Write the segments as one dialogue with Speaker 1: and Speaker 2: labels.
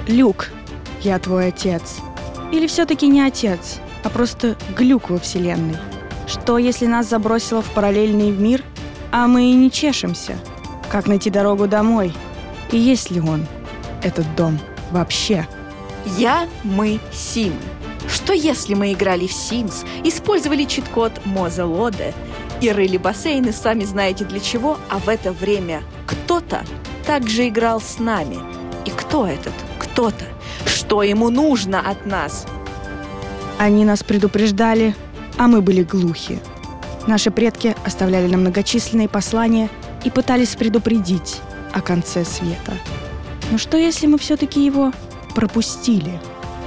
Speaker 1: Люк, я твой отец. Или все-таки не отец, а просто глюк во вселенной? Что, если нас забросило в параллельный мир, а мы и не чешемся? Как найти дорогу домой? И есть ли он, этот дом, вообще?
Speaker 2: Мы, Симы. Что если мы играли в Sims, использовали чит-код Mozellode и рыли бассейны, сами знаете для чего, а в это время кто-то также играл с нами? И кто этот кто-то? Что ему нужно от нас?
Speaker 1: Они нас предупреждали, а мы были глухи. Наши предки оставляли нам многочисленные послания и пытались предупредить о конце света. Но что, если мы все-таки его пропустили?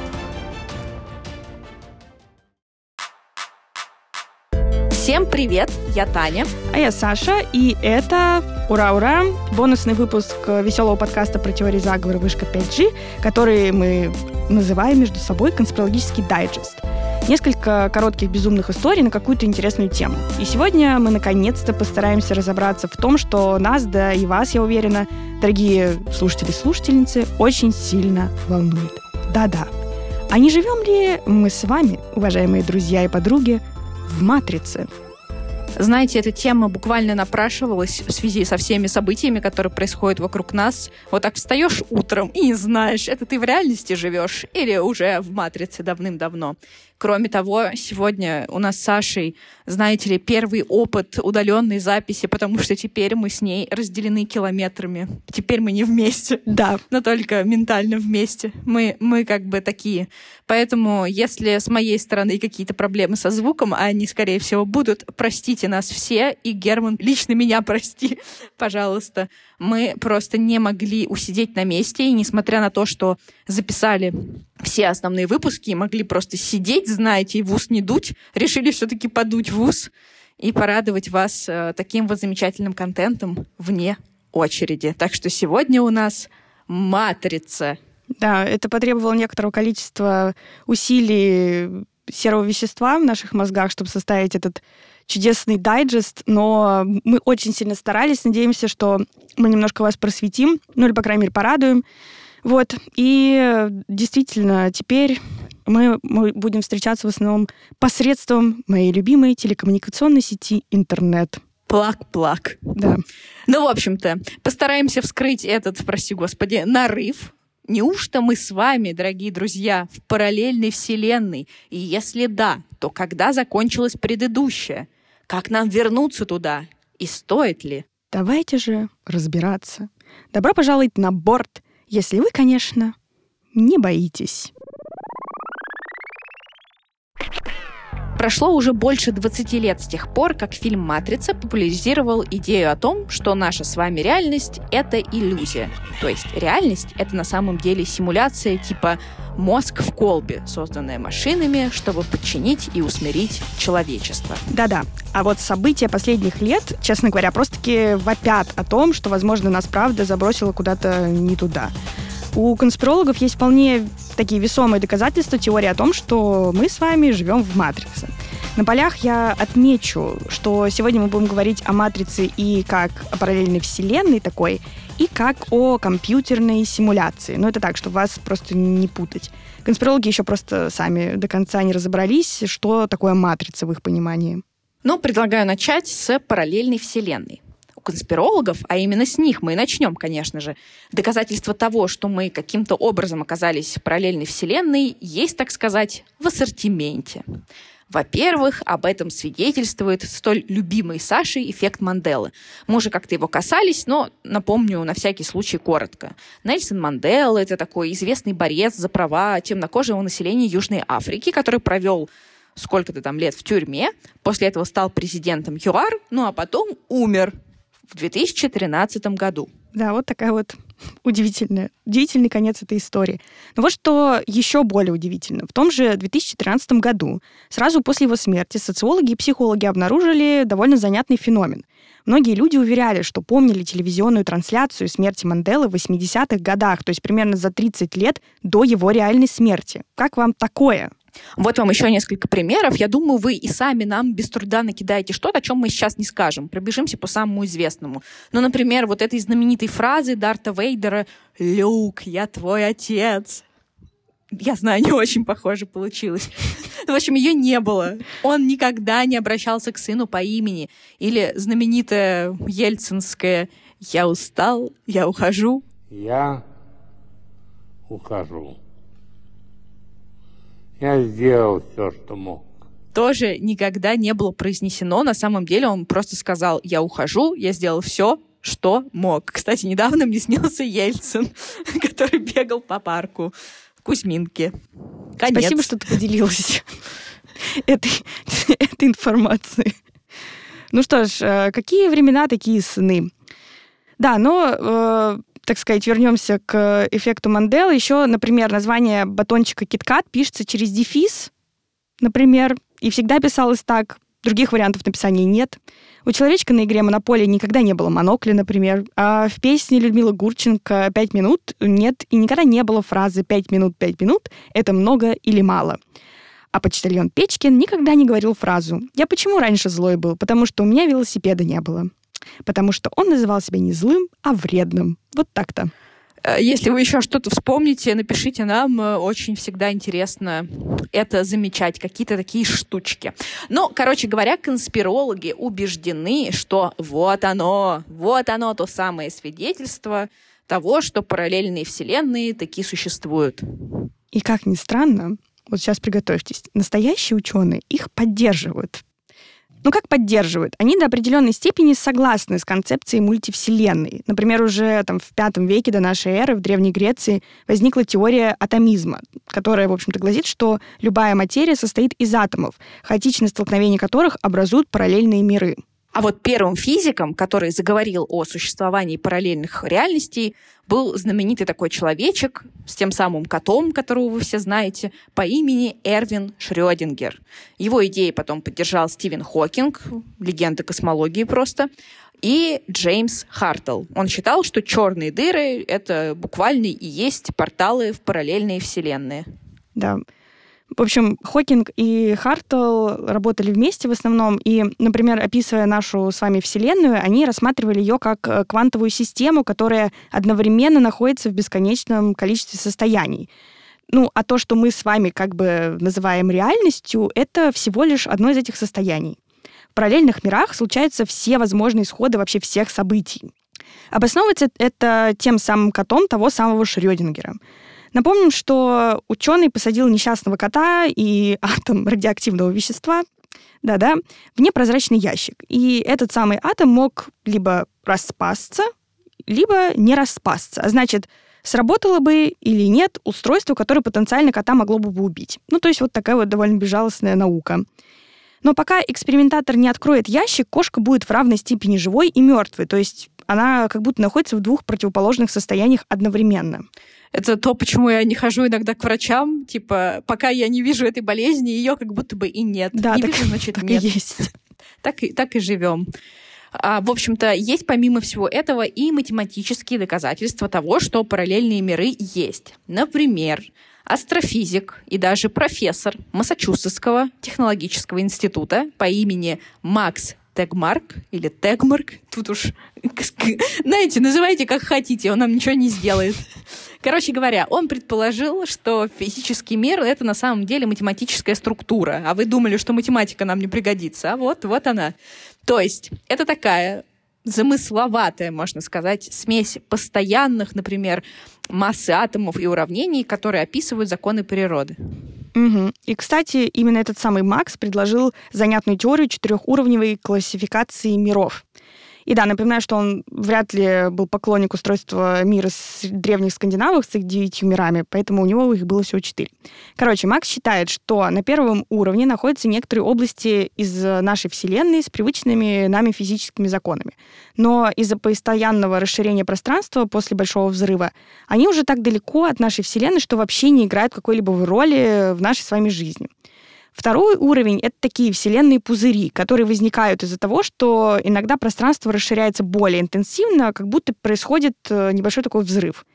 Speaker 2: Всем привет, я Таня.
Speaker 1: А я Саша, и это, ура-ура, бонусный выпуск веселого подкаста про теории заговора «Вышка 5G», который мы называем между собой «Конспирологический дайджест». Несколько коротких безумных историй на какую-то интересную тему. И сегодня мы наконец-то постараемся разобраться в том, что нас, да и вас, я уверена, дорогие слушатели и слушательницы, очень сильно волнует. Да-да. А не живем ли мы с вами, уважаемые друзья и подруги, в «Матрице»?
Speaker 2: Знаете, эта тема буквально напрашивалась в связи со всеми событиями, которые происходят вокруг нас. Вот так встаешь утром и не знаешь, это ты в реальности живешь или уже в «Матрице» давным-давно. Кроме того, сегодня у нас с Сашей, знаете ли, первый опыт удаленной записи, потому что теперь мы с ней разделены километрами. Теперь мы не вместе,
Speaker 1: да,
Speaker 2: но только ментально вместе. Мы как бы такие. Поэтому, если с моей стороны какие-то проблемы со звуком, а они, скорее всего, будут, простите нас все, и Герман, лично меня прости, пожалуйста. Мы просто не могли усидеть на месте, и несмотря на то, что записали все основные выпуски и могли просто сидеть, знаете, и в ус не дуть, решили все-таки подуть в ус и порадовать вас таким вот замечательным контентом вне очереди. Так что сегодня у нас «Матрица».
Speaker 1: Да, это потребовало некоторого количества усилий серого вещества в наших мозгах, чтобы составить этот чудесный дайджест, но мы очень сильно старались, надеемся, что мы немножко вас просветим, ну или, по крайней мере, порадуем. Вот, и действительно, теперь мы будем встречаться в основном посредством моей любимой телекоммуникационной сети интернет.
Speaker 2: Плак-плак.
Speaker 1: Да.
Speaker 2: Ну, в общем-то, постараемся вскрыть этот, прости господи, нарыв. Неужто мы с вами, дорогие друзья, в параллельной вселенной? И если да, то когда закончилась предыдущая? Как нам вернуться туда? И стоит ли?
Speaker 1: Давайте же разбираться. Добро пожаловать на борт, если вы, конечно, не боитесь.
Speaker 2: Прошло уже больше 20 лет с тех пор, как фильм «Матрица» популяризировал идею о том, что наша с вами реальность — это иллюзия. То есть реальность — это на самом деле симуляция типа «мозг в колбе», созданная машинами, чтобы подчинить и усмирить человечество.
Speaker 1: Да-да. А вот события последних лет, честно говоря, просто-таки вопят о том, что, возможно, нас правда забросило куда-то не туда. У конспирологов есть вполне такие весомые доказательства теории о том, что мы с вами живем в «Матрице». На полях я отмечу, что сегодня мы будем говорить о «Матрице» и как о параллельной вселенной такой, и как о компьютерной симуляции. Но это так, чтобы вас просто не путать. Конспирологи еще просто сами до конца не разобрались, что такое «Матрица» в их понимании.
Speaker 2: Но предлагаю начать с параллельной вселенной. Конспирологов, а именно с них мы и начнем, конечно же. Доказательство того, что мы каким-то образом оказались в параллельной вселенной, есть, так сказать, в ассортименте. Во-первых, об этом свидетельствует столь любимый Сашей эффект Манделы. Мы уже как-то его касались, но напомню на всякий случай коротко. Нельсон Мандела — это такой известный борец за права темнокожего населения Южной Африки, который провел сколько-то там лет в тюрьме, после этого стал президентом ЮАР, ну а потом умер в 2013 году.
Speaker 1: Да, вот такая вот удивительный конец этой истории. Но вот что еще более удивительно. В том же 2013 году, сразу после его смерти, социологи и психологи обнаружили довольно занятный феномен. Многие люди уверяли, что помнили телевизионную трансляцию смерти Манделы в 80-х годах, то есть примерно за 30 лет до его реальной смерти. Как вам такое?
Speaker 2: Вот вам еще несколько примеров. Я думаю, вы и сами нам без труда накидаете что-то, о чем мы сейчас не скажем. Пробежимся по самому известному. Ну, например, вот этой знаменитой фразы Дарта Вейдера «Люк, я твой отец». Я знаю, не очень похоже получилось. В общем, ее не было. Он никогда не обращался к сыну по имени. Или знаменитая ельцинская «Я устал, я ухожу».
Speaker 3: Я ухожу. Я сделал все, что мог.
Speaker 2: Тоже никогда не было произнесено. На самом деле он просто сказал «Я ухожу, я сделал все, что мог». Кстати, недавно мне снился Ельцин, который бегал по парку Кузьминки. Конец.
Speaker 1: Спасибо, что ты поделилась этой информацией. Ну что ж, какие времена, такие сны. Да, но, так сказать, вернемся к эффекту Манделы. Еще, например, название батончика KitKat пишется через дефис, например, и всегда писалось так. Других вариантов написания нет. У человечка на игре «Монополия» никогда не было монокля, например, а в песне Людмилы Гурченко «5 минут» нет, и никогда не было фразы «5 минут, это много или мало». А почтальон Печкин никогда не говорил фразу «Я почему раньше злой был? Потому что у меня велосипеда не было». Потому что он называл себя не злым, а вредным. Вот так-то.
Speaker 2: Если вы еще что-то вспомните, напишите нам. Очень всегда интересно это замечать, какие-то такие штучки. Но, короче говоря, конспирологи убеждены, что вот оно, то самое свидетельство того, что параллельные вселенные таки существуют.
Speaker 1: И как ни странно, вот сейчас приготовьтесь, настоящие ученые их поддерживают. Ну, как поддерживают? Они до определенной степени согласны с концепцией мультивселенной. Например, уже в V веке до нашей эры в Древней Греции возникла теория атомизма, которая, в общем-то, гласит, что любая материя состоит из атомов, хаотичное столкновение которых образуют параллельные миры.
Speaker 2: А вот первым физиком, который заговорил о существовании параллельных реальностей, был знаменитый такой человечек с тем самым котом, которого вы все знаете, по имени Эрвин Шрёдингер. Его идеи потом поддержал Стивен Хокинг, легенда космологии просто, и Джеймс Хартл. Он считал, что черные дыры — это буквально и есть порталы в параллельные вселенные.
Speaker 1: Да. В общем, Хокинг и Хартл работали вместе в основном, и, например, описывая нашу с вами Вселенную, они рассматривали ее как квантовую систему, которая одновременно находится в бесконечном количестве состояний. Ну, а то, что мы с вами как бы называем реальностью, это всего лишь одно из этих состояний. В параллельных мирах случаются все возможные исходы вообще всех событий. Обосновывается это тем самым котом того самого Шрёдингера. Напомним, что ученый посадил несчастного кота и атом радиоактивного вещества, в непрозрачный ящик. И этот самый атом мог либо распасться, либо не распасться. А значит, сработало бы или нет устройство, которое потенциально кота могло бы убить. Ну, то есть вот такая вот довольно безжалостная наука. Но пока экспериментатор не откроет ящик, кошка будет в равной степени живой и мертвой. То есть она как будто находится в двух противоположных состояниях одновременно.
Speaker 2: Это то, почему я не хожу иногда к врачам. Типа, пока я не вижу этой болезни, ее как будто бы и нет.
Speaker 1: Да,
Speaker 2: не
Speaker 1: так,
Speaker 2: вижу, значит,
Speaker 1: так
Speaker 2: нет.
Speaker 1: И есть.
Speaker 2: Так и живем. В общем-то, есть помимо всего этого и математические доказательства того, что параллельные миры есть. Например, астрофизик и даже профессор Массачусетского технологического института по имени Макс Тегмарк или Тегмарк, тут уж, знаете, называйте как хотите, он нам ничего не сделает. Короче говоря, он предположил, что физический мир — это на самом деле математическая структура, а вы думали, что математика нам не пригодится, а вот она. То есть это такая замысловатая, можно сказать, смесь постоянных, например, массы атомов и уравнений, которые описывают законы природы.
Speaker 1: Угу. И, кстати, именно этот самый Макс предложил занятную теорию четырехуровневой классификации миров. И да, напоминаю, что он вряд ли был поклонник устройства мира с древних скандинавов с их 9 мирами, поэтому у него их было всего 4. Короче, Макс считает, что на первом уровне находятся некоторые области из нашей Вселенной с привычными нами физическими законами. Но из-за постоянного расширения пространства после Большого взрыва они уже так далеко от нашей Вселенной, что вообще не играют какой-либо роли в нашей с вами жизни. Второй уровень — это такие вселенные пузыри, которые возникают из-за того, что иногда пространство расширяется более интенсивно, как будто происходит небольшой такой взрыв.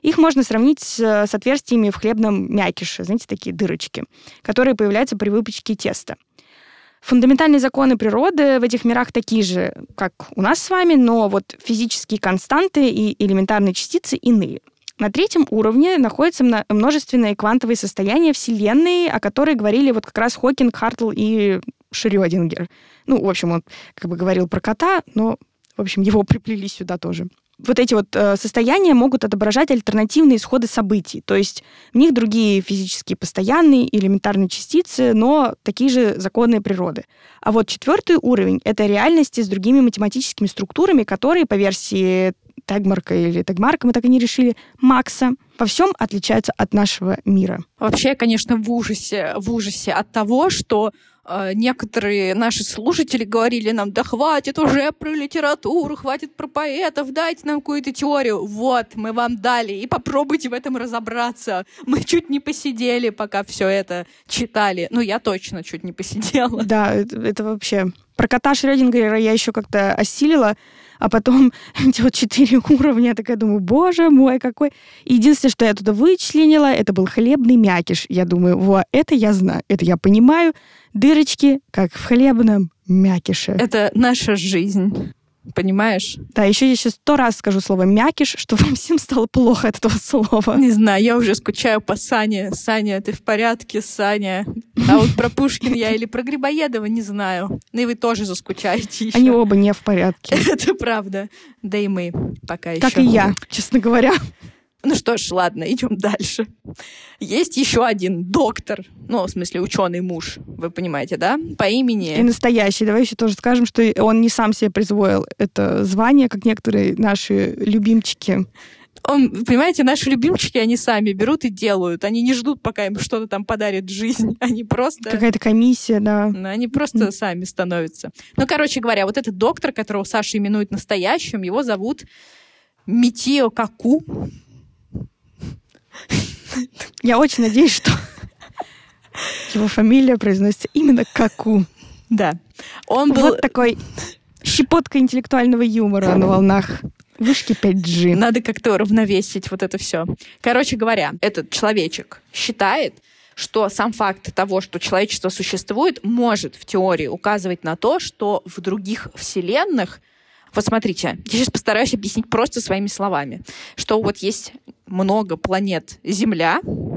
Speaker 1: Их можно сравнить с отверстиями в хлебном мякише, знаете, такие дырочки, которые появляются при выпечке теста. Фундаментальные законы природы в этих мирах такие же, как у нас с вами, но вот физические константы и элементарные частицы иные. На третьем уровне находятся множественные квантовые состояния Вселенной, о которой говорили вот как раз Хокинг, Хартл и Шрёдингер. Ну, в общем, он как бы говорил про кота, но, в общем, его приплели сюда тоже. Вот эти вот состояния могут отображать альтернативные исходы событий. То есть в них другие физические постоянные элементарные частицы, но такие же законы природы. А вот 4-й уровень — это реальности с другими математическими структурами, которые, по версии Тегмарка или Тегмарка, мы так и не решили, Макса, во всем отличаются от нашего мира.
Speaker 2: Вообще, я, конечно, в ужасе от того, что некоторые наши слушатели говорили нам: да хватит уже про литературу, хватит про поэтов, дайте нам какую-то теорию. Вот, мы вам дали, и попробуйте в этом разобраться. Мы чуть не посидели, пока все это читали. Ну, я точно чуть не посидела.
Speaker 1: Да, это вообще... Про кота Шрёдингера я еще как-то осилила, а потом эти вот 4 уровня, я такая думаю, боже мой, какой... Единственное, что я туда вычленила, это был хлебный мякиш. Я думаю, во, это я знаю, это я понимаю. Дырочки, как в хлебном мякише.
Speaker 2: Это наша жизнь. Понимаешь?
Speaker 1: Да, еще я сейчас 100 раз скажу слово «мякиш», чтобы вам всем стало плохо от этого слова.
Speaker 2: Не знаю, я уже скучаю по Сане. Саня, ты в порядке, Саня? А вот про Пушкина я или про Грибоедова не знаю. Ну и вы тоже заскучаете еще.
Speaker 1: Они оба не в порядке.
Speaker 2: Это правда. Да и мы пока еще.
Speaker 1: Как и я, честно говоря.
Speaker 2: Ну что ж, ладно, идем дальше. Есть еще один доктор, ну, в смысле, ученый муж, вы понимаете, да? По имени...
Speaker 1: И настоящий. Давай еще тоже скажем, что он не сам себе присвоил это звание, как некоторые наши любимчики.
Speaker 2: Понимаете, наши любимчики, они сами берут и делают. Они не ждут, пока им что-то там подарит жизнь. Они просто...
Speaker 1: Какая-то комиссия, да.
Speaker 2: Они просто сами становятся. Ну, короче говоря, вот этот доктор, которого Саша именует настоящим, его зовут Митио Каку.
Speaker 1: Я очень надеюсь, что его фамилия произносится именно Каку.
Speaker 2: Да. Он был...
Speaker 1: Вот такой щепотка интеллектуального юмора на волнах вышки 5G.
Speaker 2: Надо как-то уравновесить вот это все. Короче говоря, этот человечек считает, что сам факт того, что человечество существует, может в теории указывать на то, что в других вселенных... Вот смотрите, я сейчас постараюсь объяснить просто своими словами, что вот есть много планет Земля,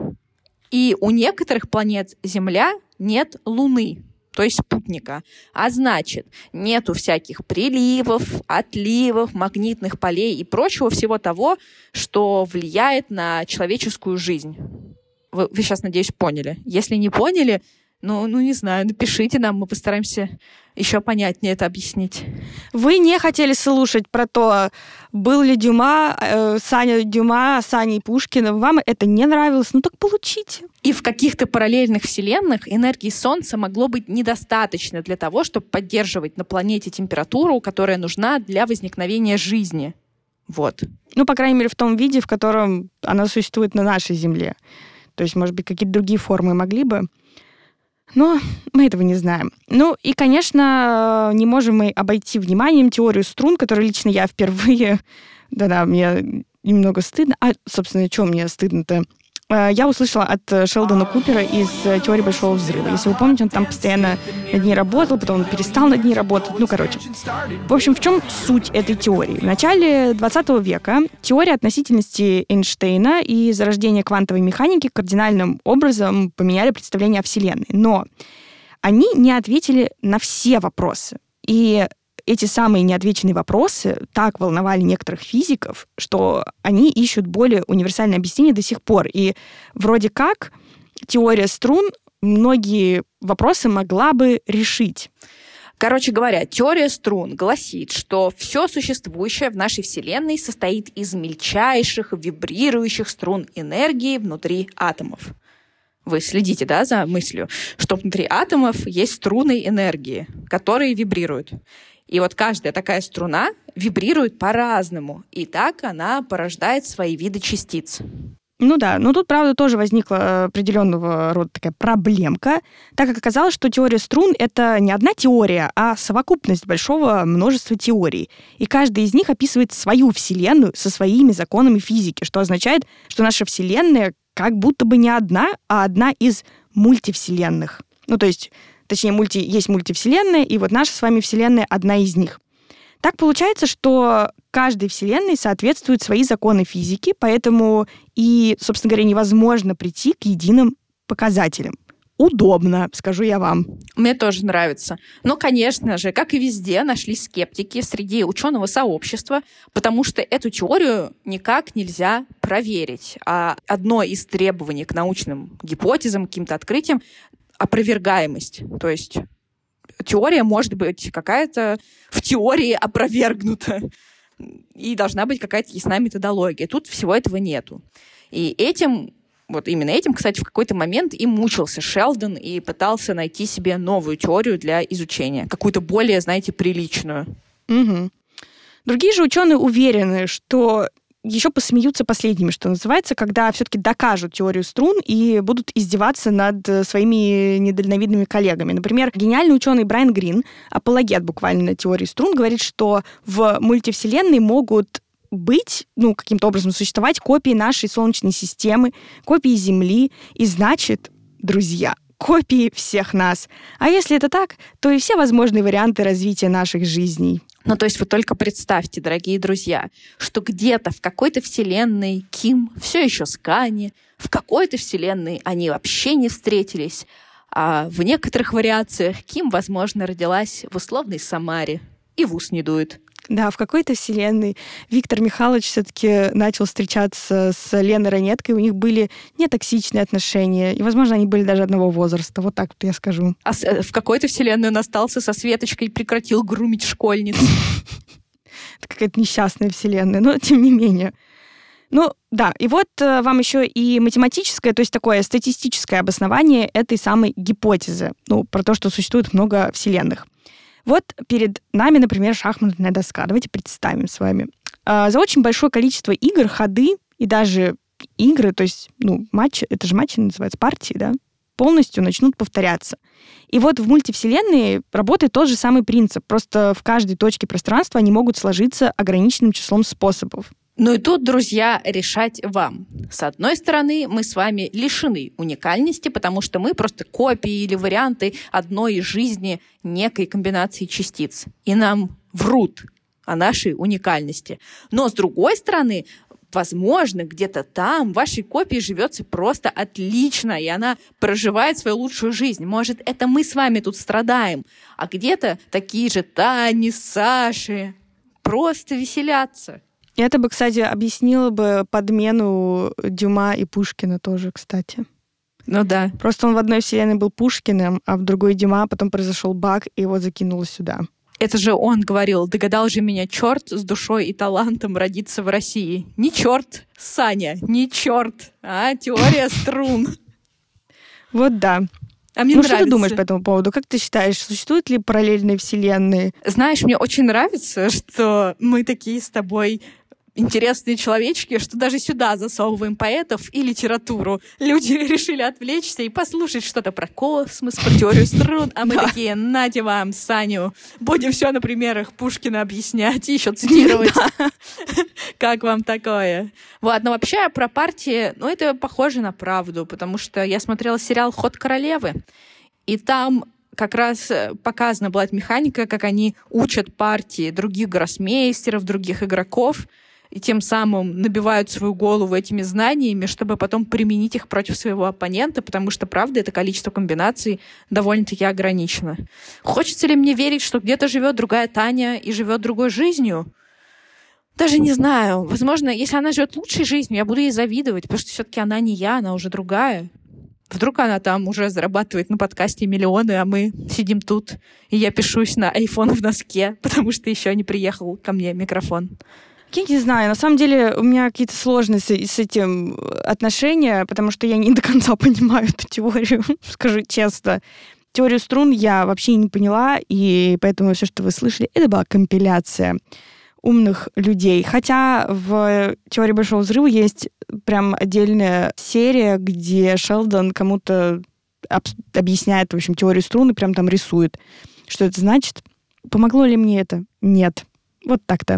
Speaker 2: и у некоторых планет Земля нет Луны, то есть спутника. А значит, нету всяких приливов, отливов, магнитных полей и прочего всего того, что влияет на человеческую жизнь. Вы сейчас, надеюсь, поняли. Если не поняли, ну, не знаю, напишите нам, мы постараемся еще понятнее это объяснить.
Speaker 1: Вы не хотели слушать про то, был ли Дюма, Саня Дюма, Саня Пушкина. Вам это не нравилось? Ну так получите.
Speaker 2: И в каких-то параллельных вселенных энергии Солнца могло быть недостаточно для того, чтобы поддерживать на планете температуру, которая нужна для возникновения жизни. Вот.
Speaker 1: Ну, по крайней мере, в том виде, в котором она существует на нашей Земле. То есть, может быть, какие-то другие формы могли бы. Но мы этого не знаем. Ну и, конечно, не можем мы обойти вниманием теорию струн, которую лично я впервые... Да-да, мне немного стыдно. А, собственно, что мне стыдно-то? Я услышала от Шелдона Купера из «Теории Большого Взрыва». Если вы помните, он там постоянно над ней работал, потом он перестал над ней работать. Ну, короче. В общем, в чем суть этой теории? В начале 20 века теория относительности Эйнштейна и зарождение квантовой механики кардинальным образом поменяли представление о Вселенной. Но они не ответили на все вопросы. И эти самые неотвеченные вопросы так волновали некоторых физиков, что они ищут более универсальное объяснение до сих пор. И вроде как теория струн многие вопросы могла бы решить.
Speaker 2: Короче говоря, теория струн гласит, что все существующее в нашей Вселенной состоит из мельчайших вибрирующих струн энергии внутри атомов. Вы следите, да, за мыслью, что внутри атомов есть струны энергии, которые вибрируют. И вот каждая такая струна вибрирует по-разному, и так она порождает свои виды частиц.
Speaker 1: Ну да, но тут, правда, тоже возникла определенного рода такая проблемка, так как оказалось, что теория струн — это не одна теория, а совокупность большого множества теорий. И каждая из них описывает свою Вселенную со своими законами физики, что означает, что наша Вселенная как будто бы не одна, а одна из мультивселенных. Ну, то есть, точнее, есть мультивселенная, и вот наша с вами Вселенная одна из них. Так получается, что каждой вселенной соответствуют свои законы физики, поэтому и, собственно говоря, невозможно прийти к единым показателям. Удобно, скажу я вам.
Speaker 2: Мне тоже нравится. Но, конечно же, как и везде, нашлись скептики среди ученого сообщества, потому что эту теорию никак нельзя проверить. А одно из требований к научным гипотезам, каким-то открытиям — опровергаемость. То есть теория может быть какая-то в теории опровергнута. И должна быть какая-то ясная методология. Тут всего этого нету. И именно этим, кстати, в какой-то момент и мучился Шелдон и пытался найти себе новую теорию для изучения. Какую-то более, знаете, приличную.
Speaker 1: Угу. Другие же ученые уверены, что еще посмеются последними, что называется, когда все-таки докажут теорию струн и будут издеваться над своими недальновидными коллегами. Например, гениальный ученый Брайан Грин, апологет буквально теории струн, говорит, что в мультивселенной могут быть, каким-то образом существовать копии нашей Солнечной системы, копии Земли, и значит, друзья, копии всех нас. А если это так, то и все возможные варианты развития наших жизней.
Speaker 2: Ну, то есть вы только представьте, дорогие друзья, что где-то в какой-то вселенной Ким все еще с Канни, в какой-то вселенной они вообще не встретились, а в некоторых вариациях Ким, возможно, родилась в условной Самаре и в ус не дует.
Speaker 1: Да, в какой-то вселенной Виктор Михайлович все-таки начал встречаться с Леной Ранеткой, у них были нетоксичные отношения, и, возможно, они были даже одного возраста, вот так вот я скажу.
Speaker 2: А в какой-то вселенной он остался со Светочкой и прекратил грумить школьниц.
Speaker 1: Это какая-то несчастная вселенная, но тем не менее. Ну, да, и вот вам еще и математическое, то есть такое статистическое обоснование этой самой гипотезы, про то, что существует много вселенных. Вот перед нами, например, шахматная доска. Давайте представим с вами. За очень большое количество игр, ходы и даже игры, то есть, матчи, это же матчи называются, партии, да, полностью начнут повторяться. И вот в мультивселенной работает тот же самый принцип. Просто в каждой точке пространства они могут сложиться ограниченным числом способов.
Speaker 2: Ну и тут, друзья, решать вам. С одной стороны, мы с вами лишены уникальности, потому что мы просто копии или варианты одной жизни некой комбинации частиц. И нам врут о нашей уникальности. Но с другой стороны, возможно, где-то там вашей копии живется просто отлично, и она проживает свою лучшую жизнь. Может, это мы с вами тут страдаем, а где-то такие же Тани, Саши просто веселятся.
Speaker 1: И это бы, кстати, объяснило бы подмену Дюма и Пушкина тоже, кстати.
Speaker 2: Ну да.
Speaker 1: Просто он в одной вселенной был Пушкиным, а в другой Дюма, потом произошел баг, и его закинуло сюда.
Speaker 2: Это же он говорил: догадал же меня черт с душой и талантом родиться в России. Не черт, Саня, не черт, а теория струн.
Speaker 1: Вот да.
Speaker 2: А мне нравится.
Speaker 1: Что ты думаешь по этому поводу? Как ты считаешь, существуют ли параллельные вселенные?
Speaker 2: Знаешь, мне очень нравится, что мы такие с тобой интересные человечки, что даже сюда засовываем поэтов и литературу. Люди решили отвлечься и послушать что-то про космос, про теорию струн, а мы такие: нате вам, Саню, будем все на примерах Пушкина объяснять и еще цитировать. Как вам такое? Вот, но вообще про партии, это похоже на правду, потому что я смотрела сериал «Ход королевы», и там как раз показана была эта механика, как они учат партии других гроссмейстеров, других игроков, и тем самым набивают свою голову этими знаниями, чтобы потом применить их против своего оппонента, потому что, правда, это количество комбинаций довольно-таки ограничено. Хочется ли мне верить, что где-то живет другая Таня и живет другой жизнью? Даже не знаю. Возможно, если она живет лучшей жизнью, я буду ей завидовать, потому что все-таки она не я, она уже другая. Вдруг она там уже зарабатывает на подкасте миллионы, а мы сидим тут, и я пишусь на iPhone в носке, потому что еще не приехал ко мне микрофон.
Speaker 1: Я не знаю, на самом деле у меня какие-то сложности с этим отношения, потому что я не до конца понимаю эту теорию, скажу честно. Теорию струн я вообще не поняла, и поэтому все, что вы слышали, это была компиляция. умных людей. Хотя в «Теории Большого взрыва» есть прям отдельная серия, где Шелдон кому-то объясняет, в общем, теорию струн и прям там рисует. Что это значит? Помогло ли мне это? Нет. Вот так-то.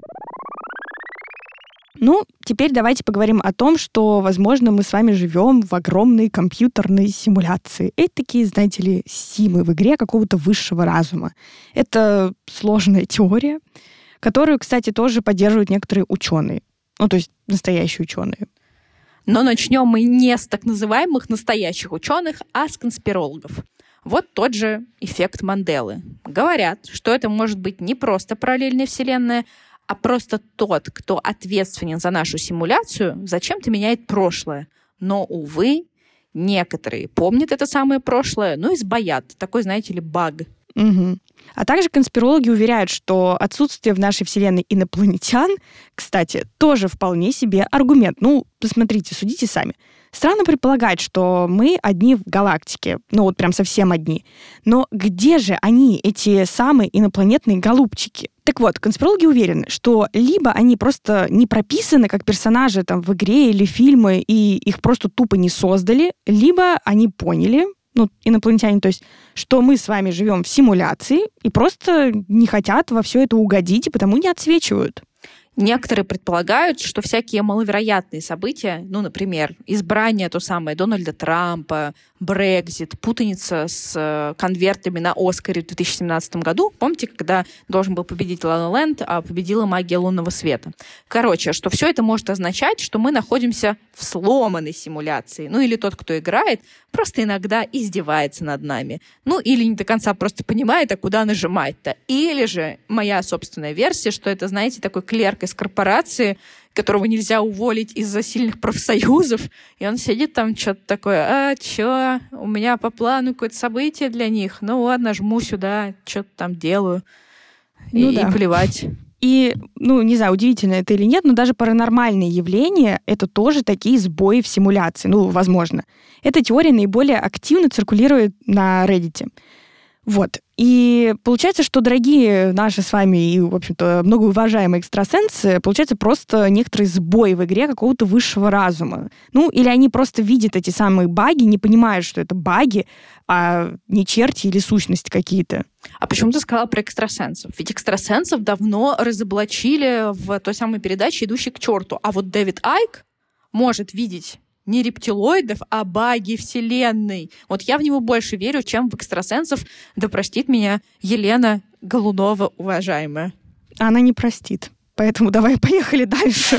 Speaker 1: Ну, теперь давайте поговорим о том, что, возможно, мы с вами живем в огромной компьютерной симуляции. Это такие, знаете ли, симы в игре какого-то высшего разума. Это сложная теория, которую, кстати, тоже поддерживают некоторые ученые. Ну, то есть настоящие ученые.
Speaker 2: Но начнем мы не с так называемых настоящих ученых, а с конспирологов. Вот тот же эффект Манделы. Говорят, что это может быть не просто параллельная вселенная, а просто тот, кто ответственен за нашу симуляцию, зачем-то меняет прошлое. Но, увы, некоторые помнят это самое прошлое, но и сбоят. Такой, знаете ли, баг.
Speaker 1: Угу. А также конспирологи уверяют, что отсутствие в нашей вселенной инопланетян, кстати, тоже вполне себе аргумент. Ну, посмотрите, судите сами. Странно предполагать, что мы одни в галактике. Ну, вот прям совсем одни. Но где же они, эти самые инопланетные голубчики? Так вот, конспирологи уверены, что либо они просто не прописаны как персонажи там в игре или фильмы, и их просто тупо не создали, либо они поняли, ну, инопланетяне, то есть, что мы с вами живем в симуляции и просто не хотят во все это угодить, и потому не отсвечивают.
Speaker 2: Некоторые предполагают, что всякие маловероятные события, ну, например, избрание то самое Дональда Трампа, Брексит, путаница с конвертами на Оскаре в 2017 году. Помните, когда должен был победить «Ла Ла Ленд», а победила «Магия лунного света»? Короче, что все это может означать, что мы находимся в сломанной симуляции. Ну, или тот, кто играет, просто иногда издевается над нами. Ну, или не до конца просто понимает, а куда нажимать-то. Или же моя собственная версия, что это, знаете, такой клерк из корпорации, которого нельзя уволить из-за сильных профсоюзов, и он сидит там, что-то такое, у меня по плану какое-то событие для них, ну ладно, жму сюда, что-то там делаю, и плевать.
Speaker 1: И, ну, не знаю, удивительно это или нет, но даже паранормальные явления — это тоже такие сбои в симуляции, ну, возможно. Эта теория наиболее активно циркулирует на Reddit. Вот. И получается, что, дорогие наши с вами и, в общем-то, многоуважаемые экстрасенсы, получается просто некоторый сбой в игре какого-то высшего разума. Ну, или они просто видят эти самые баги, не понимают, что это баги, а не черти или сущности какие-то.
Speaker 2: А почему ты сказала про экстрасенсов? Ведь экстрасенсов давно разоблачили в той самой передаче «Идущий к черту». А вот Дэвид Айк может видеть не рептилоидов, а баги вселенной. Вот я в него больше верю, чем в экстрасенсов. Да простит меня Елена Голунова, уважаемая.
Speaker 1: Она не простит. Поэтому давай поехали дальше.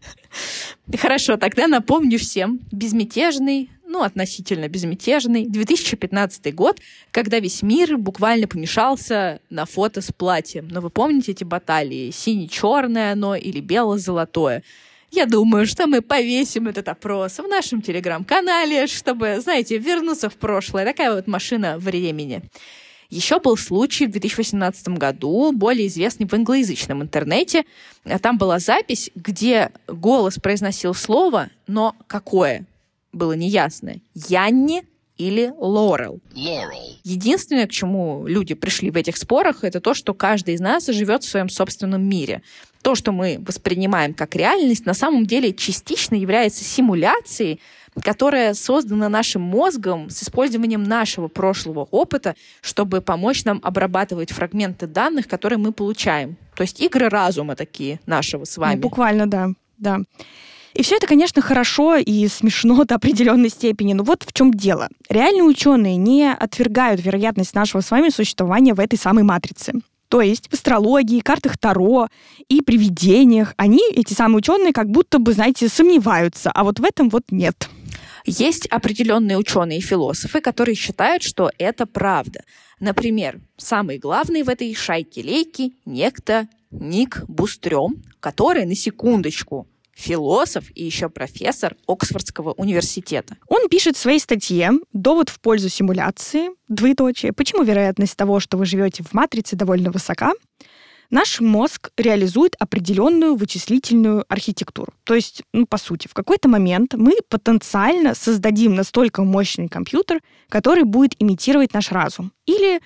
Speaker 2: Хорошо, тогда напомню всем. Безмятежный, относительно безмятежный 2015 год, когда весь мир буквально помешался на фото с платьем. Но вы помните эти баталии? Сине-черное оно или бело-золотое? Я думаю, что мы повесим этот опрос в нашем телеграм-канале, чтобы, знаете, вернуться в прошлое. Такая вот машина времени. Еще был случай в 2018 году, более известный в англоязычном интернете. Там была запись, где голос произносил слово, но какое? Было неясно. Янни или Лорел. Единственное, к чему люди пришли в этих спорах, это то, что каждый из нас живет в своем собственном мире. То, что мы воспринимаем как реальность, на самом деле частично является симуляцией, которая создана нашим мозгом с использованием нашего прошлого опыта, чтобы помочь нам обрабатывать фрагменты данных, которые мы получаем. То есть игры разума такие нашего с вами.
Speaker 1: Буквально, да. И все это, конечно, хорошо и смешно до определенной степени, но вот в чем дело. Реальные ученые не отвергают вероятность нашего с вами существования в этой самой матрице. То есть в астрологии, картах Таро и привидениях они, эти самые ученые, как будто бы, знаете, сомневаются, а вот в этом вот нет.
Speaker 2: Есть определенные ученые и философы, которые считают, что это правда. Например, самый главный в этой шайке-лейке некто Ник Бустрём, который, на секундочку, философ и еще профессор Оксфордского университета.
Speaker 1: Он пишет в своей статье «Довод в пользу симуляции», двоеточие, почему вероятность того, что вы живете в матрице, довольно высока. Наш мозг реализует определенную вычислительную архитектуру. То есть, по сути, в какой-то момент мы потенциально создадим настолько мощный компьютер, который будет имитировать наш разум. Или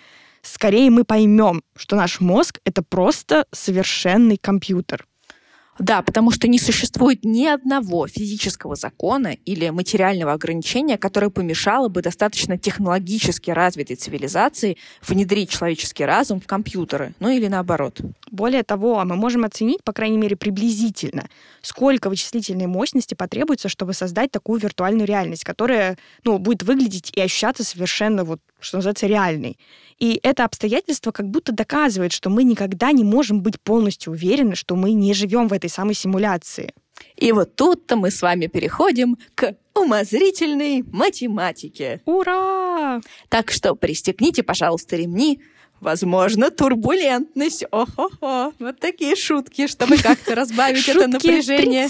Speaker 1: скорее мы поймем, что наш мозг — это просто совершенный компьютер.
Speaker 2: Да, потому что не существует ни одного физического закона или материального ограничения, которое помешало бы достаточно технологически развитой цивилизации внедрить человеческий разум в компьютеры, ну или наоборот.
Speaker 1: Более того, мы можем оценить, по крайней мере, приблизительно, сколько вычислительной мощности потребуется, чтобы создать такую виртуальную реальность, которая, будет выглядеть и ощущаться совершенно, что называется, реальной. И это обстоятельство как будто доказывает, что мы никогда не можем быть полностью уверены, что мы не живем в этой самой симуляции.
Speaker 2: И вот тут-то мы с вами переходим к умозрительной математике.
Speaker 1: Ура!
Speaker 2: Так что пристегните, пожалуйста, ремни. Возможно, турбулентность. О-хо-хо. Вот такие шутки, чтобы как-то разбавить это напряжение.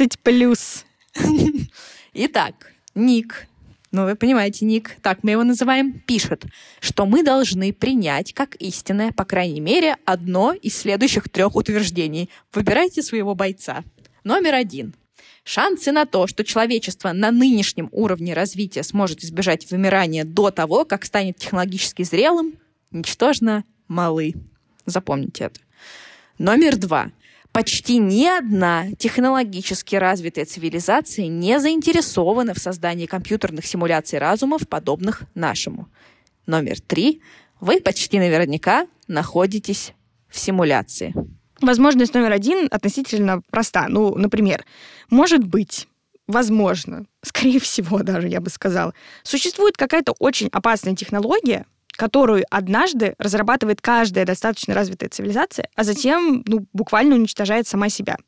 Speaker 1: 30+.
Speaker 2: Итак, Ник, вы понимаете, Ник, так мы его называем, пишет, что мы должны принять как истинное, по крайней мере, одно из следующих 3 утверждений. Выбирайте своего бойца. Номер 1. Шансы на то, что человечество на нынешнем уровне развития сможет избежать вымирания до того, как станет технологически зрелым, ничтожно малы. Запомните это. Номер 2. Почти ни одна технологически развитая цивилизация не заинтересована в создании компьютерных симуляций разумов, подобных нашему. Номер 3. Вы почти наверняка находитесь в симуляции.
Speaker 1: Возможность номер 1 относительно проста. Например, может быть, возможно, скорее всего даже, я бы сказала, существует какая-то очень опасная технология, которую однажды разрабатывает каждая достаточно развитая цивилизация, а затем буквально уничтожает сама себя.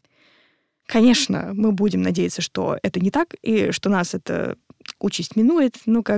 Speaker 1: Конечно, мы будем надеяться, что это не так, и что нас эта участь минует,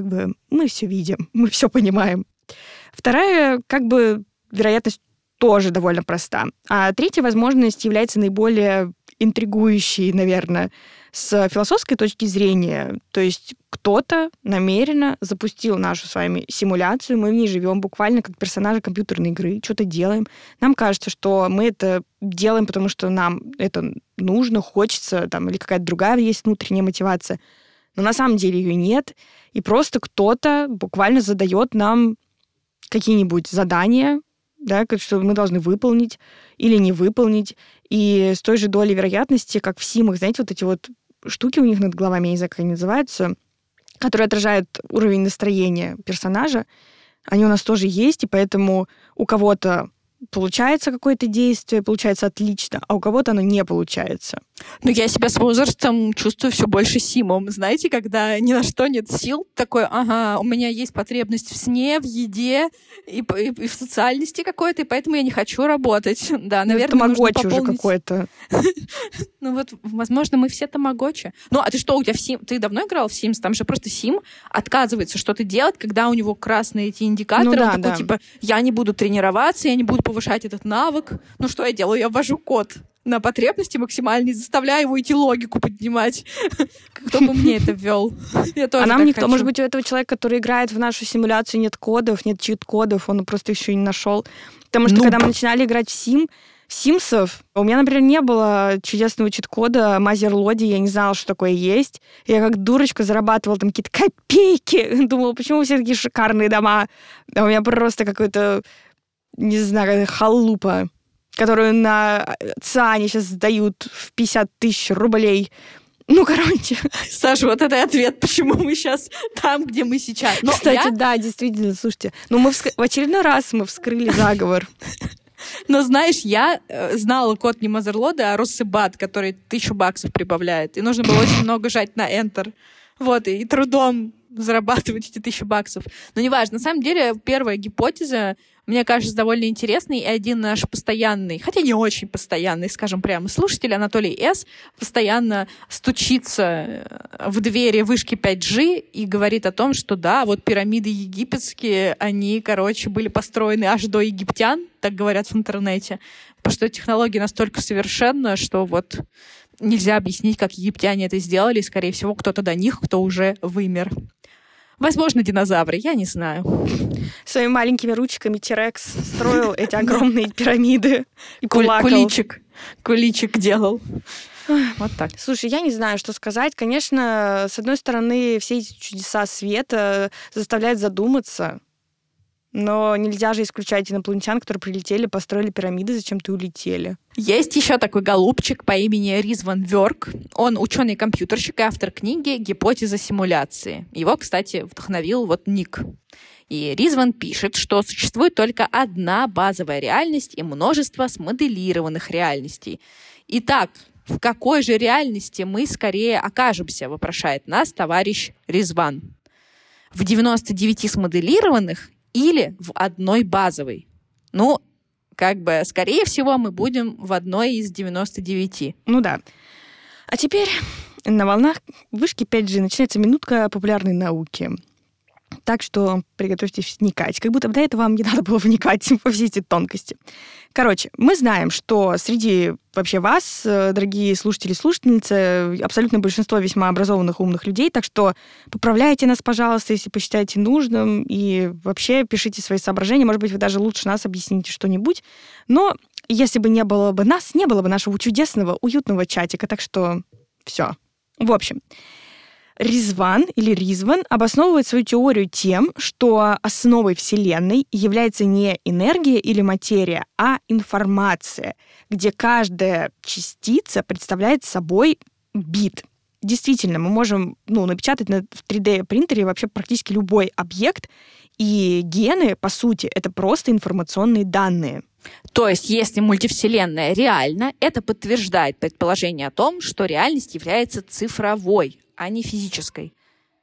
Speaker 1: мы все видим, мы все понимаем. Вторая, вероятность тоже довольно проста. А третья возможность является наиболее интригующей, наверное, с философской точки зрения. То есть кто-то намеренно запустил нашу с вами симуляцию, мы в ней живем буквально как персонажи компьютерной игры, что-то делаем. Нам кажется, что мы это делаем, потому что нам это нужно, хочется, или какая-то другая есть внутренняя мотивация. Но на самом деле ее нет. И просто кто-то буквально задает нам какие-нибудь задания, что мы должны выполнить или не выполнить. И с той же долей вероятности, как в симах, знаете, вот эти штуки у них над головами, я не знаю, как они называются, которые отражают уровень настроения персонажа, они у нас тоже есть, и поэтому у кого-то получается какое-то действие, получается отлично, а у кого-то оно не получается.
Speaker 2: Я себя с возрастом чувствую все больше симом. Знаете, когда ни на что нет сил, такой, у меня есть потребность в сне, в еде и в социальности какой-то, и поэтому я не хочу работать. Да, наверное, нужно пополнить.
Speaker 1: Тамагочи уже какой-то.
Speaker 2: Возможно, мы все тамагочи. А ты что, у тебя ты давно играл в Sims? Там же просто Сим отказывается что-то делать, когда у него красные эти индикаторы. Он такой, я не буду тренироваться, я не буду повышать этот навык. Что я делаю? Я ввожу код на потребности максимальные, заставляю его идти логику поднимать. Кто бы мне это ввел?
Speaker 1: А нам никто, может быть, у этого человека, который играет в нашу симуляцию, нет кодов, нет чит-кодов, он просто еще не нашел. Потому что когда мы начинали играть в Симсов, у меня, например, не было чудесного чит-кода Мазерлоди, я не знала, что такое есть. Я как дурочка зарабатывала там какие-то копейки. Думала, почему все такие шикарные дома? А у меня просто какой-то, не знаю, халупа, которую на ЦИАНе сейчас сдают в 50 000 рублей.
Speaker 2: Саша, вот это ответ, почему мы сейчас там, где мы сейчас.
Speaker 1: Кстати, да, действительно, слушайте. В очередной раз мы вскрыли заговор.
Speaker 2: Но знаешь, я знала код не Мазерлода, а Россыбат, который $1000 прибавляет. И нужно было очень много жать на Enter. И трудом зарабатывать эти $1000. Но неважно. На самом деле, первая гипотеза, мне кажется, довольно интересной. И один наш постоянный, хотя не очень постоянный, скажем прямо, слушатель Анатолий С. постоянно стучится в двери вышки 5G и говорит о том, что да, пирамиды египетские, они, были построены аж до египтян, так говорят в интернете. Потому что технология настолько совершенна, что нельзя объяснить, как египтяне это сделали. Скорее всего, кто-то до них, кто уже вымер. Возможно, динозавры, я не знаю.
Speaker 1: Своими маленькими ручками T-Rex строил эти огромные пирамиды и кулакал.
Speaker 2: Куличик делал. Вот так.
Speaker 1: Слушай, я не знаю, что сказать. Конечно, с одной стороны, все эти чудеса света заставляют задуматься. Но нельзя же исключать инопланетян, которые прилетели, построили пирамиды, зачем-то улетели.
Speaker 2: Есть еще такой голубчик по имени Ризван Вёрк. Он ученый-компьютерщик и автор книги «Гипотеза симуляции». Его, кстати, вдохновил вот ник. И Ризван пишет, что существует только одна базовая реальность и множество смоделированных реальностей. Итак, в какой же реальности мы скорее окажемся, вопрошает нас товарищ Ризван. В 99 смоделированных или в одной базовой? Ну, скорее всего, мы будем в одной из 99.
Speaker 1: Ну да. А теперь на волнах вышки 5G начинается минутка популярной науки. Так что приготовьтесь вникать. Как будто до этого вам не надо было вникать во все эти тонкости. Короче, мы знаем, что среди вообще вас, дорогие слушатели и слушательницы, абсолютное большинство весьма образованных, умных людей, так что поправляйте нас, пожалуйста, если посчитаете нужным, и вообще пишите свои соображения. Может быть, вы даже лучше нас объясните что-нибудь. Но если бы не было бы нас, не было бы нашего чудесного, уютного чатика. Так что все. В общем, Ризван обосновывает свою теорию тем, что основой Вселенной является не энергия или материя, а информация, где каждая частица представляет собой бит. Действительно, мы можем напечатать в 3D-принтере вообще практически любой объект, и гены, по сути, это просто информационные данные.
Speaker 2: То есть, если мультивселенная реальна, это подтверждает предположение о том, что реальность является цифровой, а не физической.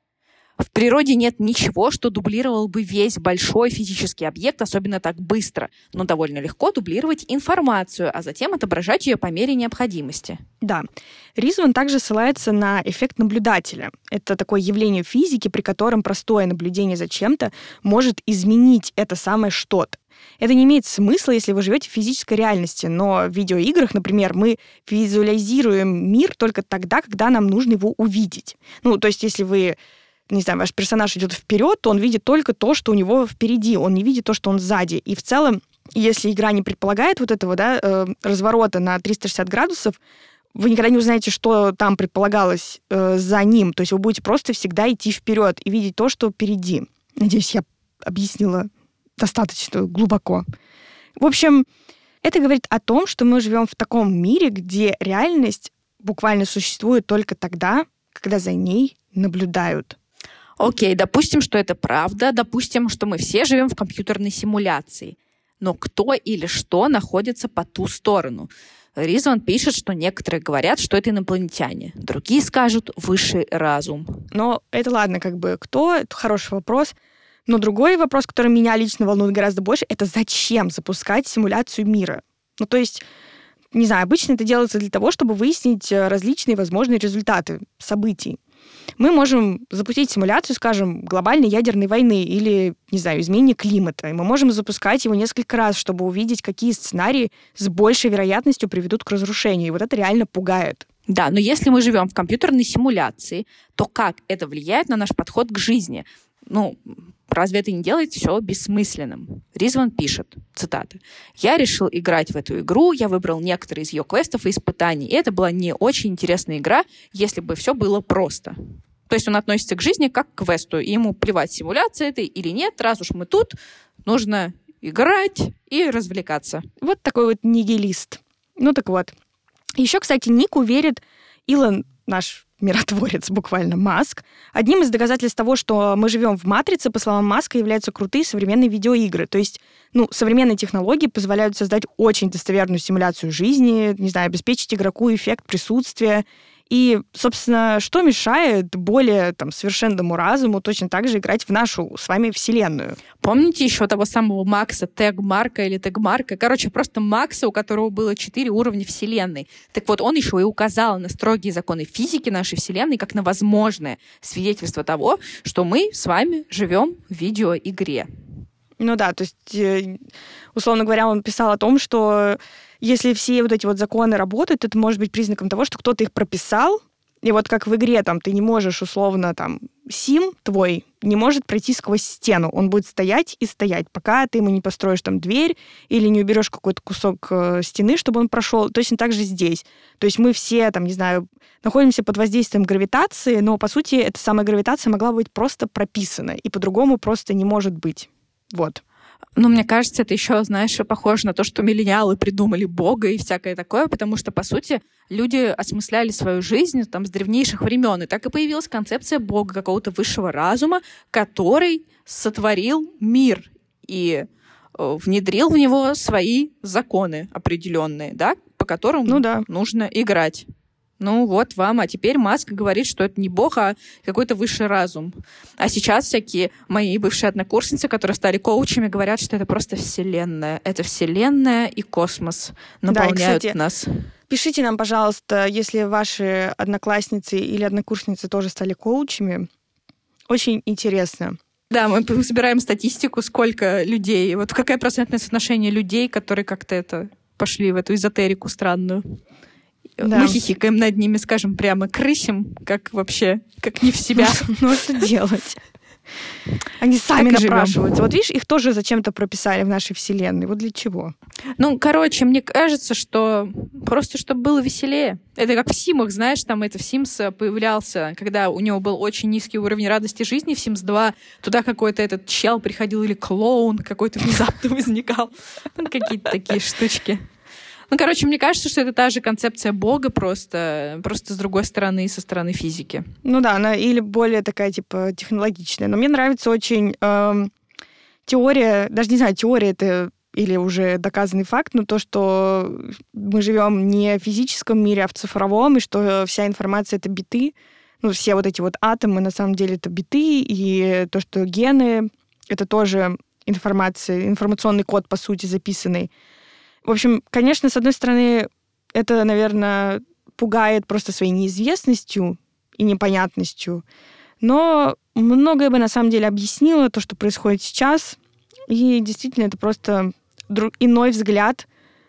Speaker 2: В природе нет ничего, что дублировал бы весь большой физический объект, особенно так быстро, но довольно легко дублировать информацию, а затем отображать ее по мере необходимости.
Speaker 1: Да. Ризван также ссылается на эффект наблюдателя. Это такое явление физики, при котором простое наблюдение за чем-то может изменить это самое что-то. Это не имеет смысла, если вы живете в физической реальности, но в видеоиграх, например, мы визуализируем мир только тогда, когда нам нужно его увидеть. То есть, если вы, не знаю, ваш персонаж идет вперед, то он видит только то, что у него впереди, он не видит то, что он сзади. И в целом, если игра не предполагает вот этого, разворота на 360 градусов, вы никогда не узнаете, что там предполагалось за ним. То есть вы будете просто всегда идти вперед и видеть то, что впереди. Надеюсь, я объяснила достаточно глубоко. В общем, это говорит о том, что мы живем в таком мире, где реальность буквально существует только тогда, когда за ней наблюдают.
Speaker 2: Окей, допустим, что это правда, допустим, что мы все живем в компьютерной симуляции. Но кто или что находится по ту сторону? Ризван пишет, что некоторые говорят, что это инопланетяне, другие скажут «высший разум».
Speaker 1: Но это ладно, кто? Это хороший вопрос. Но другой вопрос, который меня лично волнует гораздо больше, это зачем запускать симуляцию мира? То есть, не знаю, обычно это делается для того, чтобы выяснить различные возможные результаты событий. Мы можем запустить симуляцию, скажем, глобальной ядерной войны или, не знаю, изменения климата. И мы можем запускать его несколько раз, чтобы увидеть, какие сценарии с большей вероятностью приведут к разрушению. И вот это реально пугает.
Speaker 2: Да, но если мы живем в компьютерной симуляции, то как это влияет на наш подход к жизни? Разве это не делает все бессмысленным? Ризван пишет, цитата, «Я решил играть в эту игру, я выбрал некоторые из ее квестов и испытаний, и это была не очень интересная игра, если бы все было просто». То есть он относится к жизни как к квесту, и ему плевать, симуляция это или нет, раз уж мы тут, нужно играть и развлекаться.
Speaker 1: Вот такой вот нигилист. Так вот. Еще, кстати, Нику верит Илон, наш миротворец, буквально, Маск. Одним из доказательств того, что мы живем в матрице, по словам Маска, являются крутые современные видеоигры. То есть, современные технологии позволяют создать очень достоверную симуляцию жизни, не знаю, обеспечить игроку эффект присутствия. И, собственно, что мешает более совершенному разуму точно так же играть в нашу с вами вселенную?
Speaker 2: Помните еще того самого Макса, Тегмарка или Тегмарка? Просто Макса, у которого было 4 уровня вселенной. Так вот, он еще и указал на строгие законы физики нашей вселенной как на возможное свидетельство того, что мы с вами живем в видеоигре.
Speaker 1: То есть, условно говоря, он писал о том, что если все вот эти вот законы работают, это может быть признаком того, что кто-то их прописал, и вот как в игре ты не можешь, условно, сим твой не может пройти сквозь стену. Он будет стоять и стоять, пока ты ему не построишь дверь или не уберешь какой-то кусок стены, чтобы он прошел. Точно так же здесь. То есть мы все, не знаю, находимся под воздействием гравитации, но, по сути, эта самая гравитация могла быть просто прописана, и по-другому просто не может быть. Вот.
Speaker 2: Ну, мне кажется, это еще, знаешь, похоже на то, что миллениалы придумали Бога и всякое такое, потому что, по сути, люди осмысляли свою жизнь там с древнейших времен, и так и появилась концепция Бога, какого-то высшего разума, который сотворил мир и внедрил в него свои законы определенные, да, по которым нужно играть. Ну вот вам, а теперь Маск говорит, что это не Бог, а какой-то высший разум. А сейчас всякие мои бывшие однокурсницы, которые стали коучами, говорят, что это просто Вселенная. Это Вселенная и космос наполняют нас.
Speaker 1: Пишите нам, пожалуйста, если ваши одноклассницы или однокурсницы тоже стали коучами. Очень интересно.
Speaker 2: Да, мы собираем статистику, сколько людей, вот какое процентное соотношение людей, которые как-то пошли в эту эзотерику странную. Да. Мы хихикаем над ними, скажем, прямо крысим, как вообще, как не в себя.
Speaker 1: Ну, что делать? Они сами напрашиваются. Вот видишь, их тоже зачем-то прописали в нашей вселенной. Вот для чего?
Speaker 2: Ну, короче, мне кажется, что просто чтобы было веселее. Это как в Симах, знаешь, там это в Sims появлялся, когда у него был очень низкий уровень радости жизни в Sims 2, туда какой-то этот чел приходил или клоун какой-то внезапно возникал. Ну, какие-то такие штучки. Ну, короче, мне кажется, что это та же концепция Бога, просто с другой стороны, со стороны физики.
Speaker 1: Ну да, она или более такая, типа, технологичная. Но мне нравится очень теория, даже не знаю, теория это или уже доказанный факт, но то, что мы живем не в физическом мире, а в цифровом, и что вся информация — это биты. Ну, все вот эти вот атомы, на самом деле, это биты, и то, что гены — это тоже информация, информационный код, по сути, записанный. В общем, конечно, с одной стороны, это, наверное, пугает просто своей неизвестностью и непонятностью, но многое бы на самом деле объяснило то, что происходит сейчас, и действительно это просто иной взгляд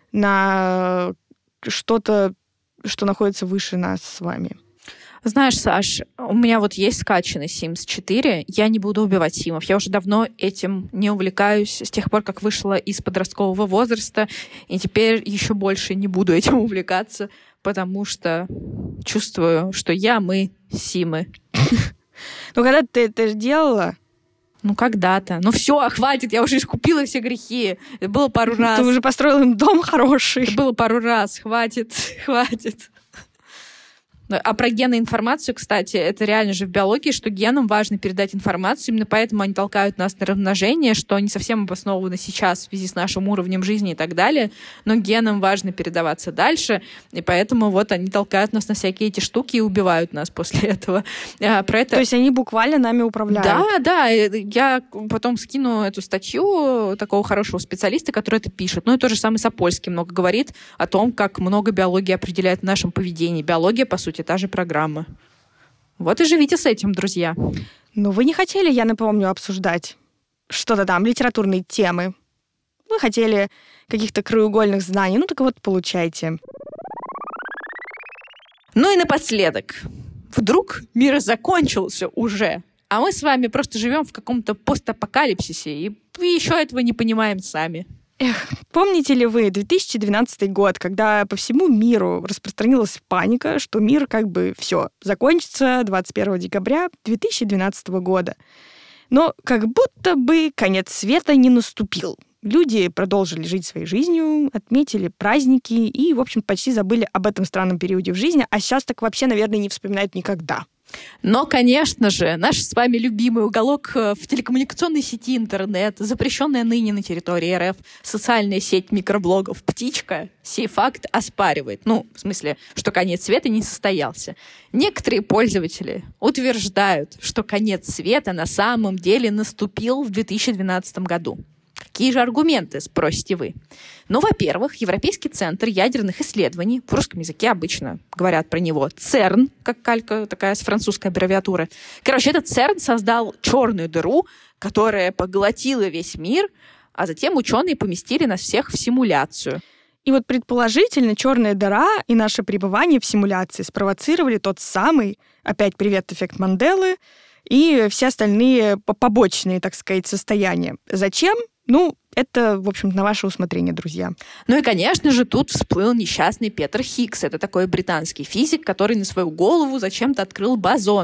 Speaker 1: на что-то, что находится выше нас с вами.
Speaker 2: Знаешь, Саш, у меня вот есть скачанный Sims 4, я не буду убивать симов. Я уже давно этим не увлекаюсь, с тех пор, как вышла из подросткового возраста, и теперь еще больше не буду этим увлекаться, потому что чувствую, что мы симы.
Speaker 1: Ну, когда ты это делала?
Speaker 2: Ну, когда-то. Ну, все, хватит, я уже искупила все грехи. Это было пару раз.
Speaker 1: Ты уже построил им дом хороший.
Speaker 2: Это было пару раз, хватит. А про гены информацию, кстати, это реально же в биологии, что генам важно передать информацию, именно поэтому они толкают нас на размножение, что не совсем обосновано сейчас в связи с нашим уровнем жизни и так далее, но генам важно передаваться дальше, и поэтому вот они толкают нас на всякие эти штуки и убивают нас после этого. Про это...
Speaker 1: То есть они буквально нами управляют?
Speaker 2: Да, я потом скину эту статью такого хорошего специалиста, который это пишет. Ну и то же самое Сапольский много говорит о том, как много биологии определяет в нашем поведении. Биология, по сути, та же программа. Вот и живите с этим, друзья.
Speaker 1: Ну, вы не хотели, я напомню, обсуждать что-то там, литературные темы. Вы хотели каких-то краеугольных знаний. Ну, так вот, получайте.
Speaker 2: Ну и напоследок. Вдруг мир закончился уже, а мы с вами просто живем в каком-то постапокалипсисе, и еще этого не понимаем сами.
Speaker 1: Эх, помните ли вы 2012 год, когда по всему миру распространилась паника, что мир как бы все закончится 21 декабря 2012 года. Но как будто бы конец света не наступил. Люди продолжили жить своей жизнью, отметили праздники и, в общем, почти забыли об этом странном периоде в жизни, а сейчас так вообще, наверное, не вспоминают никогда.
Speaker 2: Но, конечно же, наш с вами любимый уголок в телекоммуникационной сети интернет, запрещенная ныне на территории РФ социальная сеть микроблогов «Птичка» сей факт оспаривает. Ну, в смысле, что конец света не состоялся. Некоторые пользователи утверждают, что конец света на самом деле наступил в 2012 году. Какие же аргументы, спросите вы? Ну, во-первых, Европейский центр ядерных исследований, в русском языке обычно говорят про него ЦЕРН, как калька, такая французская аббревиатура. Короче, этот ЦЕРН создал черную дыру, которая поглотила весь мир, а затем ученые поместили нас всех в симуляцию.
Speaker 1: И вот предположительно черная дыра и наше пребывание в симуляции спровоцировали тот самый, опять привет, эффект Манделы, и все остальные побочные, так сказать, состояния. Зачем? Ну, это, в общем-то, на ваше усмотрение, друзья.
Speaker 2: Ну и, конечно же, тут всплыл несчастный Петер Хиггс. Это такой британский физик, который на свою голову зачем-то открыл бозон.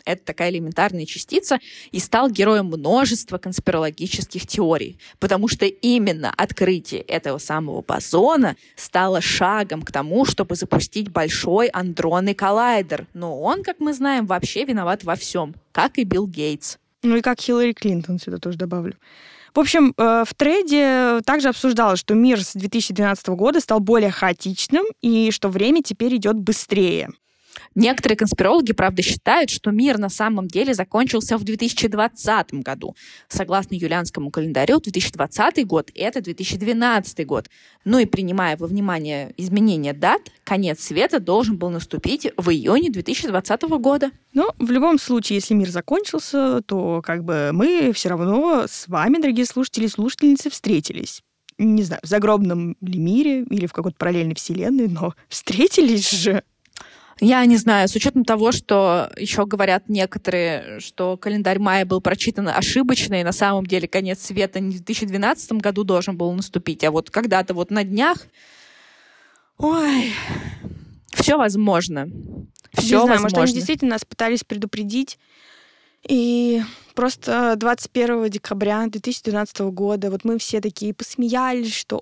Speaker 2: Это такая элементарная частица, и стал героем множества конспирологических теорий, потому что именно открытие этого самого бозона стало шагом к тому, чтобы запустить большой андронный коллайдер. Но он, как мы знаем, вообще виноват во всем, как и Билл Гейтс.
Speaker 1: Ну и как Хиллари Клинтон, сюда тоже добавлю. В общем, в трейде также обсуждалось, что мир с 2012 года стал более хаотичным и что время теперь идет быстрее.
Speaker 2: Некоторые конспирологи, правда, считают, что мир на самом деле закончился в 2020 году. Согласно юлианскому календарю, 2020 год — это 2012 год. Ну и принимая во внимание изменения дат, конец света должен был наступить в июне 2020 года.
Speaker 1: Но в любом случае, если мир закончился, то как бы мы все равно с вами, дорогие слушатели и слушательницы, встретились. Не знаю, в загробном ли мире или в какой-то параллельной вселенной, но встретились же.
Speaker 2: Я не знаю, с учетом того, что еще говорят некоторые, что календарь майя был прочитан ошибочно, и на самом деле конец света не в 2012 году должен был наступить, а вот когда-то вот на днях. Ой, все возможно. Все возможно.
Speaker 1: Может, они действительно нас пытались предупредить, и просто 21 декабря 2012 года вот мы все такие посмеялись, что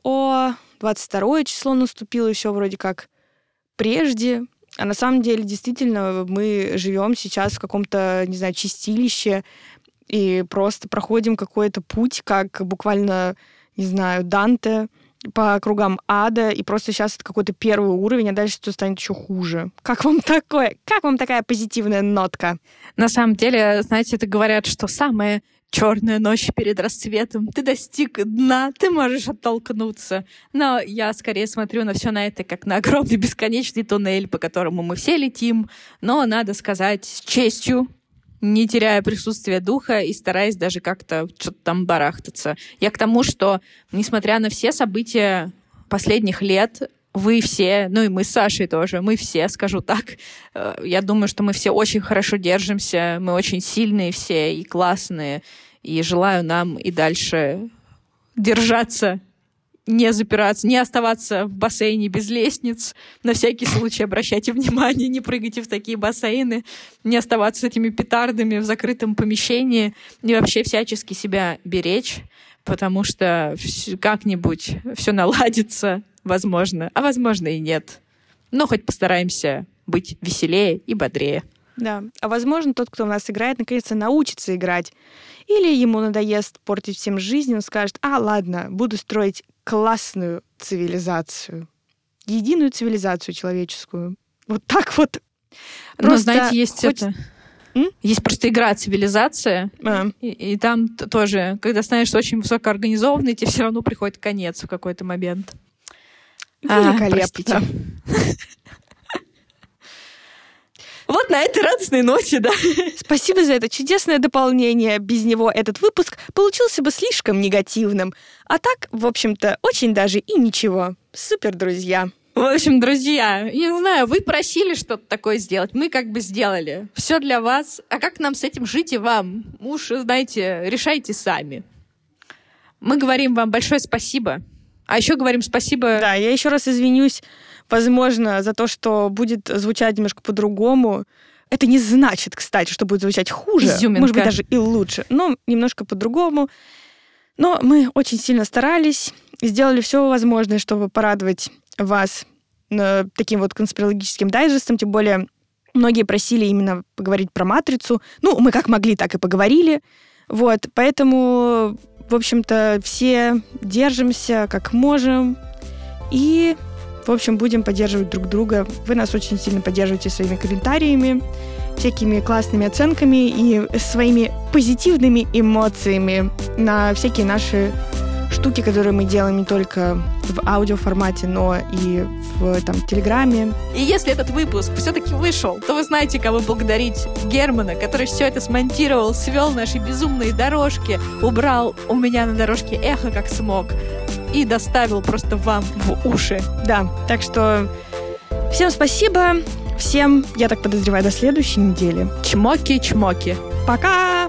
Speaker 1: 22 число наступило, и все вроде как прежде. А на самом деле, действительно, мы живем сейчас в каком-то, не знаю, чистилище и просто проходим какой-то путь, как буквально, не знаю, Данте по кругам ада, и просто сейчас это какой-то первый уровень, а дальше все станет еще хуже. Как вам такое? Как вам такая позитивная нотка?
Speaker 2: На самом деле, знаете, это говорят, что самое черная ночь перед рассветом. Ты достиг дна, ты можешь оттолкнуться. Но я скорее смотрю на все на это как на огромный бесконечный туннель, по которому мы все летим. Но, надо сказать, с честью, не теряя присутствия духа и стараясь даже как-то что-то там барахтаться. Я к тому, что, несмотря на все события последних лет, вы все, ну и мы с Сашей тоже, мы все, скажу так, я думаю, что мы все очень хорошо держимся, мы очень сильные все и классные, и желаю нам и дальше держаться, не запираться, не оставаться в бассейне без лестниц, на всякий случай обращайте внимание, не прыгайте в такие бассейны, не оставаться с этими петардами в закрытом помещении, и вообще всячески себя беречь, потому что как-нибудь все наладится, возможно, а возможно и нет. Но хоть постараемся быть веселее и бодрее.
Speaker 1: Да, а возможно, тот, кто у нас играет, наконец-то научится играть. Или ему надоест портить всем жизнь, он скажет: ладно, буду строить классную цивилизацию. Единую цивилизацию человеческую. Вот так вот.
Speaker 2: Но, знаете, есть это... Есть просто игра «Цивилизация», и там тоже, когда становишься очень высокоорганизованный, тебе все равно приходит конец в какой-то момент.
Speaker 1: Великолепно.
Speaker 2: Вот на этой радостной ноте, да.
Speaker 1: Спасибо за это чудесное дополнение. Без него этот выпуск получился бы слишком негативным. А так, в общем-то, очень даже и ничего. Супер, друзья.
Speaker 2: В общем, друзья, я не знаю, вы просили что-то такое сделать, мы как бы сделали. Все для вас. А как нам с этим жить и вам? Уж, знаете, решайте сами. Мы говорим вам большое спасибо. А еще говорим спасибо...
Speaker 1: Да, я еще раз извинюсь, возможно, за то, что будет звучать немножко по-другому. Это не значит, кстати, что будет звучать хуже.
Speaker 2: Изюминка.
Speaker 1: Может быть, даже и лучше. Но немножко по-другому. Но мы очень сильно старались и сделали все возможное, чтобы порадовать вас таким вот конспирологическим дайджестом. Тем более, многие просили именно поговорить про «Матрицу». Ну, мы как могли, так и поговорили. Вот, поэтому... В общем-то, все держимся как можем и, в общем, будем поддерживать друг друга. Вы нас очень сильно поддерживаете своими комментариями, всякими классными оценками и своими позитивными эмоциями на всякие наши штуки, которые мы делаем не только в аудиоформате, но и в Телеграме.
Speaker 2: И если этот выпуск все-таки вышел, то вы знаете, кого благодарить. Германа, который все это смонтировал, свел наши безумные дорожки, убрал у меня на дорожке эхо как смог и доставил просто вам в уши.
Speaker 1: Да, так что всем спасибо. Всем, я так подозреваю, до следующей недели.
Speaker 2: Чмоки-чмоки.
Speaker 1: Пока!